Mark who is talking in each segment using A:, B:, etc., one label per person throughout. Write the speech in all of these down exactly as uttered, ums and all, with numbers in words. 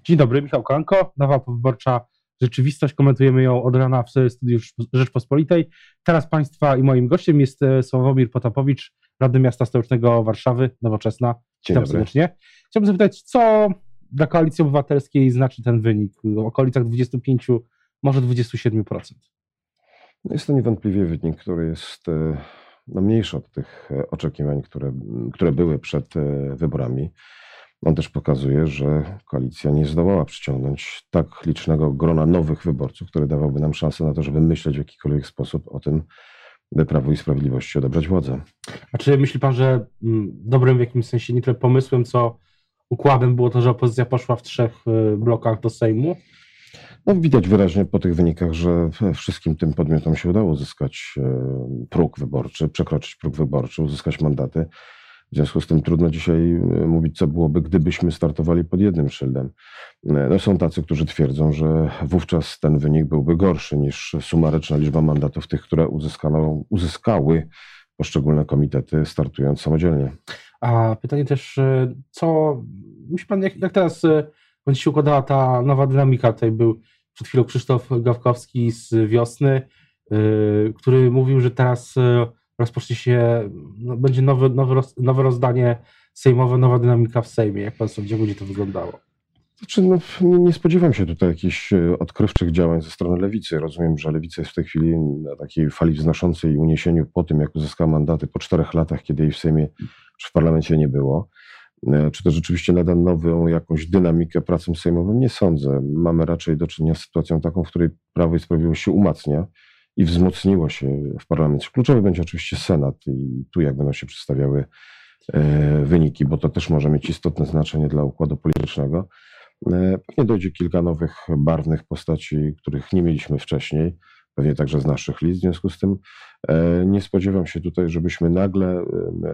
A: Dzień dobry, Michał Kolanko, Nowa Powyborcza Rzeczywistość. Komentujemy ją od rana w studiu Rzeczpospolitej. Teraz Państwa i moim gościem jest Sławomir Potapowicz, radny miasta stołecznego Warszawy, Nowoczesna.
B: Witam serdecznie.
A: Chciałbym zapytać, co dla Koalicji Obywatelskiej znaczy ten wynik w okolicach dwudziestu pięciu, może dwudziestu siedmiu procent?
B: Jest to niewątpliwie wynik, który jest no, mniejszy od tych oczekiwań, które, które były przed wyborami. On też pokazuje, że koalicja nie zdołała przyciągnąć tak licznego grona nowych wyborców, który dawałby nam szansę na to, żeby myśleć w jakikolwiek sposób o tym, by Prawu i Sprawiedliwości odebrać władzę.
A: A czy myśli pan, że dobrym w jakimś sensie nie tyle pomysłem, co układem było to, że opozycja poszła w trzech blokach do Sejmu?
B: No, widać wyraźnie po tych wynikach, że wszystkim tym podmiotom się udało uzyskać próg wyborczy, przekroczyć próg wyborczy, uzyskać mandaty. W związku z tym trudno dzisiaj mówić, co byłoby, gdybyśmy startowali pod jednym szyldem. No, są tacy, którzy twierdzą, że wówczas ten wynik byłby gorszy niż sumaryczna liczba mandatów tych, które uzyskano, uzyskały poszczególne komitety, startując samodzielnie.
A: A pytanie też, co myśli pan, jak, jak teraz będzie się układała ta nowa dynamika? Tutaj był przed chwilą Krzysztof Gawkowski z Wiosny, yy, który mówił, że teraz rozpocznie się, no, będzie nowe, nowe, nowe rozdanie sejmowe, nowa dynamika w Sejmie. Jak pan sądzi, jak będzie to wyglądało?
B: Znaczy, no, nie spodziewam się tutaj jakichś odkrywczych działań ze strony Lewicy. Rozumiem, że Lewica jest w tej chwili na takiej fali wznoszącej i uniesieniu po tym, jak uzyskała mandaty po czterech latach, kiedy jej w Sejmie czy w parlamencie nie było. Czy to rzeczywiście nada nową jakąś dynamikę pracą sejmową? Nie sądzę. Mamy raczej do czynienia z sytuacją taką, w której Prawo i Sprawiedliwość się umacnia i wzmocniło się w parlamencie. Kluczowy będzie oczywiście Senat i tu jak będą się przedstawiały wyniki, bo to też może mieć istotne znaczenie dla układu politycznego. Pewnie dojdzie kilka nowych, barwnych postaci, których nie mieliśmy wcześniej, pewnie także z naszych list. W związku z tym nie spodziewam się tutaj, żebyśmy nagle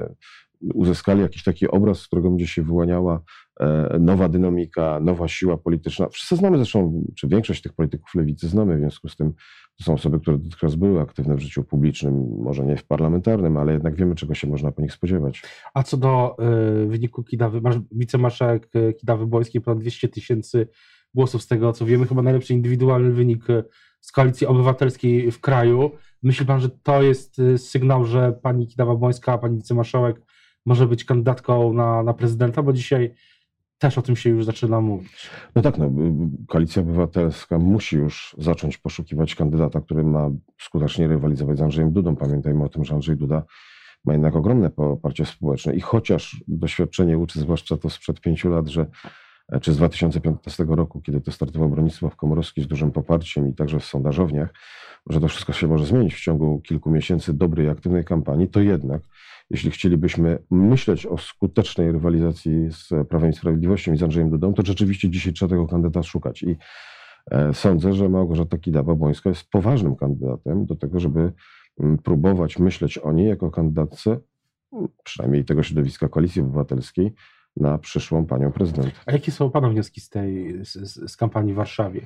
B: uzyskali jakiś taki obraz, z którego będzie się wyłaniała nowa dynamika, nowa siła polityczna. Wszyscy znamy zresztą, czy większość tych polityków lewicy znamy, w związku z tym to są osoby, które dotychczas były aktywne w życiu publicznym, może nie w parlamentarnym, ale jednak wiemy, czego się można po nich spodziewać.
A: A co do y, wyniku Kidawy, wicemarszałek Kidawy-Błońskiej ponad dwieście tysięcy głosów, z tego co wiemy, chyba najlepszy indywidualny wynik z Koalicji Obywatelskiej w kraju. Myśli pan, że to jest sygnał, że pani Kidawa-Błońska, pani wicemarszałek może być kandydatką na, na prezydenta, bo dzisiaj też o tym się już zaczyna mówić.
B: No tak, no, Koalicja Obywatelska musi już zacząć poszukiwać kandydata, który ma skutecznie rywalizować z Andrzejem Dudą. Pamiętajmy o tym, że Andrzej Duda ma jednak ogromne poparcie społeczne i chociaż doświadczenie uczy, zwłaszcza to sprzed pięciu lat, że czy z dwa tysiące piętnastego roku, kiedy to startował Bronisław Komorowski z dużym poparciem i także w sondażowniach, że to wszystko się może zmienić w ciągu kilku miesięcy dobrej, aktywnej kampanii, to jednak, jeśli chcielibyśmy myśleć o skutecznej rywalizacji z Prawem i Sprawiedliwością i z Andrzejem Dudą, to rzeczywiście dzisiaj trzeba tego kandydata szukać. I sądzę, że Małgorzata Kidawa-Błońska jest poważnym kandydatem do tego, żeby próbować myśleć o niej jako kandydatce, przynajmniej tego środowiska Koalicji Obywatelskiej, na przyszłą panią prezydent.
A: A jakie są pana wnioski z tej z, z kampanii w Warszawie?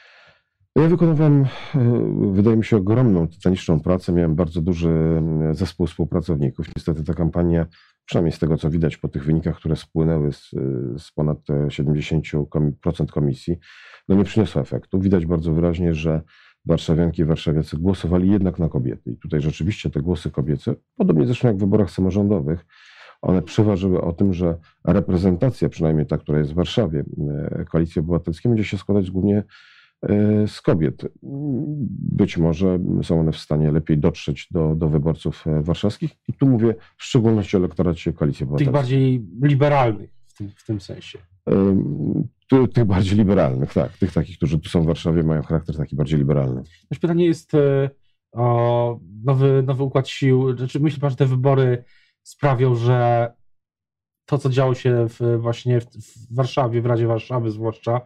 B: Ja wykonywałem, wydaje mi się, ogromną, tytaniczną pracę. Miałem bardzo duży zespół współpracowników. Niestety ta kampania, przynajmniej z tego, co widać po tych wynikach, które spłynęły z, z ponad siedemdziesięciu procent komisji, no nie przyniosła efektu. Widać bardzo wyraźnie, że warszawianki i warszawiacy głosowali jednak na kobiety. I tutaj rzeczywiście te głosy kobiece, podobnie zresztą jak w wyborach samorządowych, one przeważyły o tym, że reprezentacja, przynajmniej ta, która jest w Warszawie, Koalicji Obywatelskiej, będzie się składać głównie z kobiet. Być może są one w stanie lepiej dotrzeć do, do wyborców warszawskich i tu mówię w szczególności o elektoracie Koalicji Obywatelskiej.
A: Tych bardziej liberalnych w tym, w tym sensie.
B: Tych, tych bardziej liberalnych, tak. Tych takich, którzy tu są w Warszawie, mają charakter taki bardziej liberalny.
A: Też pytanie jest o nowy, nowy układ sił. Znaczy, myśli pan, że te wybory sprawią, że to, co działo się w, właśnie w, w Warszawie, w Radzie Warszawy zwłaszcza,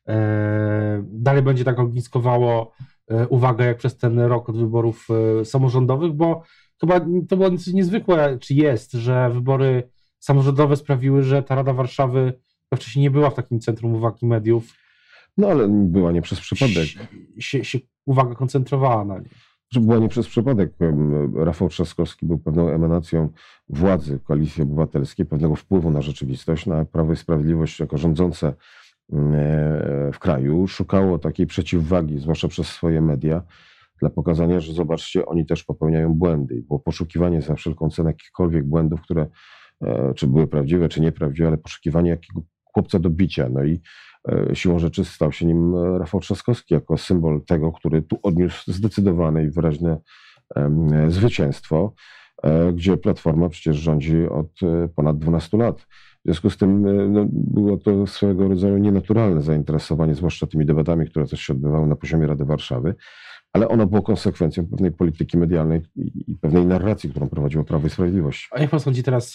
A: e, dalej będzie tak ogniskowało e, uwagę jak przez ten rok od wyborów e, samorządowych, bo chyba to było niezwykłe, czy jest, że wybory samorządowe sprawiły, że ta Rada Warszawy wcześniej nie była w takim centrum uwagi mediów.
B: No ale była nie przez przypadek.
A: Się, się uwaga koncentrowała na niej.
B: Że była nie przez przypadek. Rafał Trzaskowski był pewną emanacją władzy Koalicji Obywatelskiej, pewnego wpływu na rzeczywistość, na Prawo i Sprawiedliwość jako rządzące w kraju, szukało takiej przeciwwagi, zwłaszcza przez swoje media, dla pokazania, że zobaczcie, oni też popełniają błędy. Było poszukiwanie za wszelką cenę jakichkolwiek błędów, które czy były prawdziwe, czy nieprawdziwe, ale poszukiwanie jakiego chłopca do bicia. No i siłą rzeczy stał się nim Rafał Trzaskowski jako symbol tego, który tu odniósł zdecydowane i wyraźne zwycięstwo, gdzie Platforma przecież rządzi od ponad dwunastu lat. W związku z tym no, było to swego rodzaju nienaturalne zainteresowanie, zwłaszcza tymi debatami, które też się odbywały na poziomie Rady Warszawy, ale ono było konsekwencją pewnej polityki medialnej i pewnej narracji, którą prowadziło Prawo i Sprawiedliwość.
A: A jak pan sądzi teraz,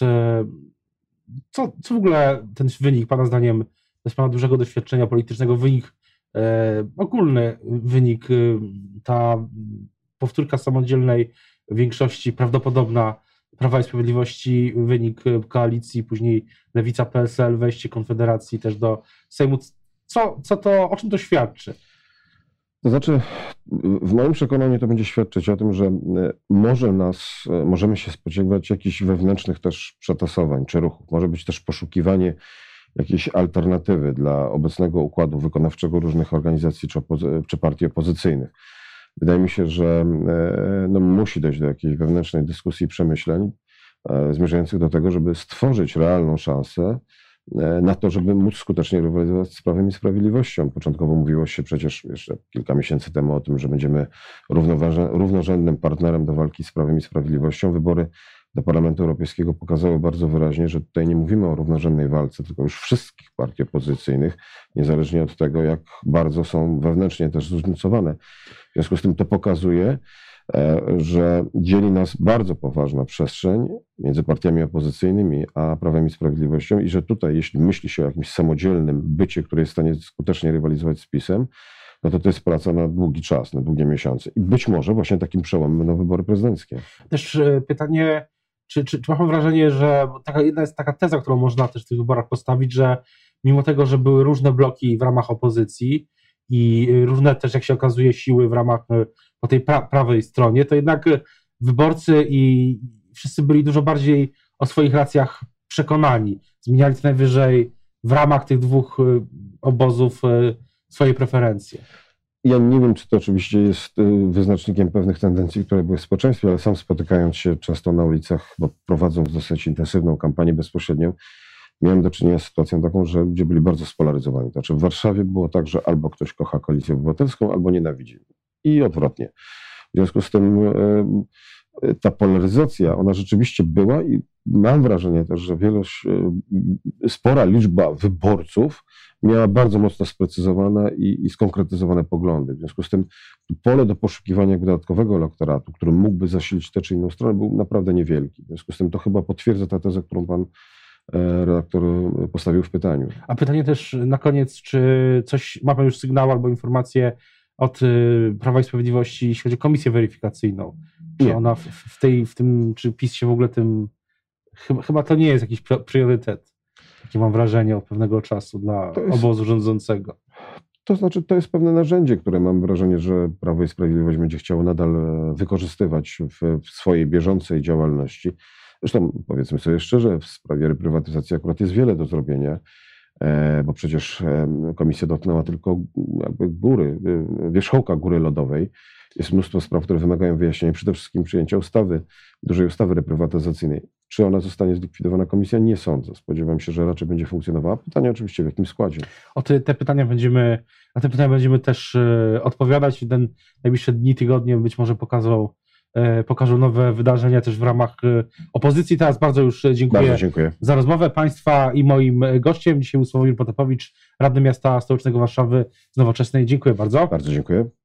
A: co, co w ogóle ten wynik, pana zdaniem, bez pana dużego doświadczenia politycznego, wynik e, ogólny, wynik, ta powtórka samodzielnej większości prawdopodobna Prawa i Sprawiedliwości, wynik koalicji, później Lewica, P S L, wejście Konfederacji też do Sejmu. Co, co to, o czym to świadczy?
B: To znaczy, w moim przekonaniu to będzie świadczyć o tym, że może nas, możemy się spodziewać jakichś wewnętrznych też przetasowań czy ruchów. Może być też poszukiwanie jakiejś alternatywy dla obecnego układu wykonawczego różnych organizacji czy, opozy- czy partii opozycyjnych. Wydaje mi się, że no, musi dojść do jakiejś wewnętrznej dyskusji i przemyśleń e, zmierzających do tego, żeby stworzyć realną szansę e, na to, żeby móc skutecznie rywalizować z Prawem i Sprawiedliwością. Początkowo mówiło się przecież jeszcze kilka miesięcy temu o tym, że będziemy równorzędnym partnerem do walki z Prawem i Sprawiedliwością. Wybory do Parlamentu Europejskiego pokazały bardzo wyraźnie, że tutaj nie mówimy o równorzędnej walce, tylko już wszystkich partii opozycyjnych, niezależnie od tego, jak bardzo są wewnętrznie też zróżnicowane. W związku z tym to pokazuje, że dzieli nas bardzo poważna przestrzeń między partiami opozycyjnymi a Prawem i Sprawiedliwością i że tutaj, jeśli myśli się o jakimś samodzielnym bycie, które jest w stanie skutecznie rywalizować z PiS-em, no to to jest praca na długi czas, na długie miesiące. I być może właśnie takim przełomem będą wybory prezydenckie.
A: Też pytanie, czy, czy, czy mam wrażenie, że taka jedna jest taka teza, którą można też w tych wyborach postawić, że mimo tego, że były różne bloki w ramach opozycji i różne też, jak się okazuje, siły w ramach po tej pra- prawej stronie, to jednak wyborcy i wszyscy byli dużo bardziej o swoich racjach przekonani. Zmieniali co najwyżej w ramach tych dwóch obozów swoje preferencje.
B: Ja nie wiem, czy to oczywiście jest wyznacznikiem pewnych tendencji, które były w społeczeństwie, ale sam spotykając się często na ulicach, bo prowadząc dosyć intensywną kampanię bezpośrednią, miałem do czynienia z sytuacją taką, że ludzie byli bardzo spolaryzowani. To znaczy w Warszawie było tak, że albo ktoś kocha Koalicję Obywatelską, albo nienawidzi. I odwrotnie. W związku z tym ta polaryzacja, ona rzeczywiście była i mam wrażenie też, że wielość, spora liczba wyborców miała bardzo mocno sprecyzowane i, i skonkretyzowane poglądy. W związku z tym pole do poszukiwania dodatkowego elektoratu, który mógłby zasilić tę czy inną stronę, był naprawdę niewielki. W związku z tym to chyba potwierdza ta teza, którą pan redaktor postawił w pytaniu.
A: A pytanie też na koniec, czy coś, ma pan już sygnał albo informację od Prawa i Sprawiedliwości, jeśli chodzi o komisję weryfikacyjną? Czy
B: Nie.
A: ona w, w, tej, w tym, czy PiS się w ogóle tym, chyba, chyba to nie jest jakiś priorytet, takie mam wrażenie od pewnego czasu dla jest, obozu rządzącego.
B: To znaczy, to jest pewne narzędzie, które mam wrażenie, że Prawo i Sprawiedliwość będzie chciało nadal wykorzystywać w, w swojej bieżącej działalności. Zresztą powiedzmy sobie szczerze, w sprawie reprywatyzacji akurat jest wiele do zrobienia, bo przecież komisja dotknęła tylko jakby góry, wierzchołka góry lodowej. Jest mnóstwo spraw, które wymagają wyjaśnienia, przede wszystkim przyjęcia ustawy, dużej ustawy reprywatyzacyjnej. Czy ona zostanie zlikwidowana komisja? Nie sądzę. Spodziewam się, że raczej będzie funkcjonowała. Pytanie oczywiście w jakim składzie.
A: O te, te pytania będziemy, na te pytania będziemy też e, odpowiadać. Ten najbliższe dni, tygodnie być może pokażą, e, pokażą nowe wydarzenia też w ramach e, opozycji. Teraz bardzo już dziękuję,
B: bardzo dziękuję
A: za rozmowę Państwa i moim gościem. Dzisiaj był Sławomir Potapowicz, radny miasta stołecznego Warszawy z Nowoczesnej. Dziękuję bardzo.
B: Bardzo dziękuję.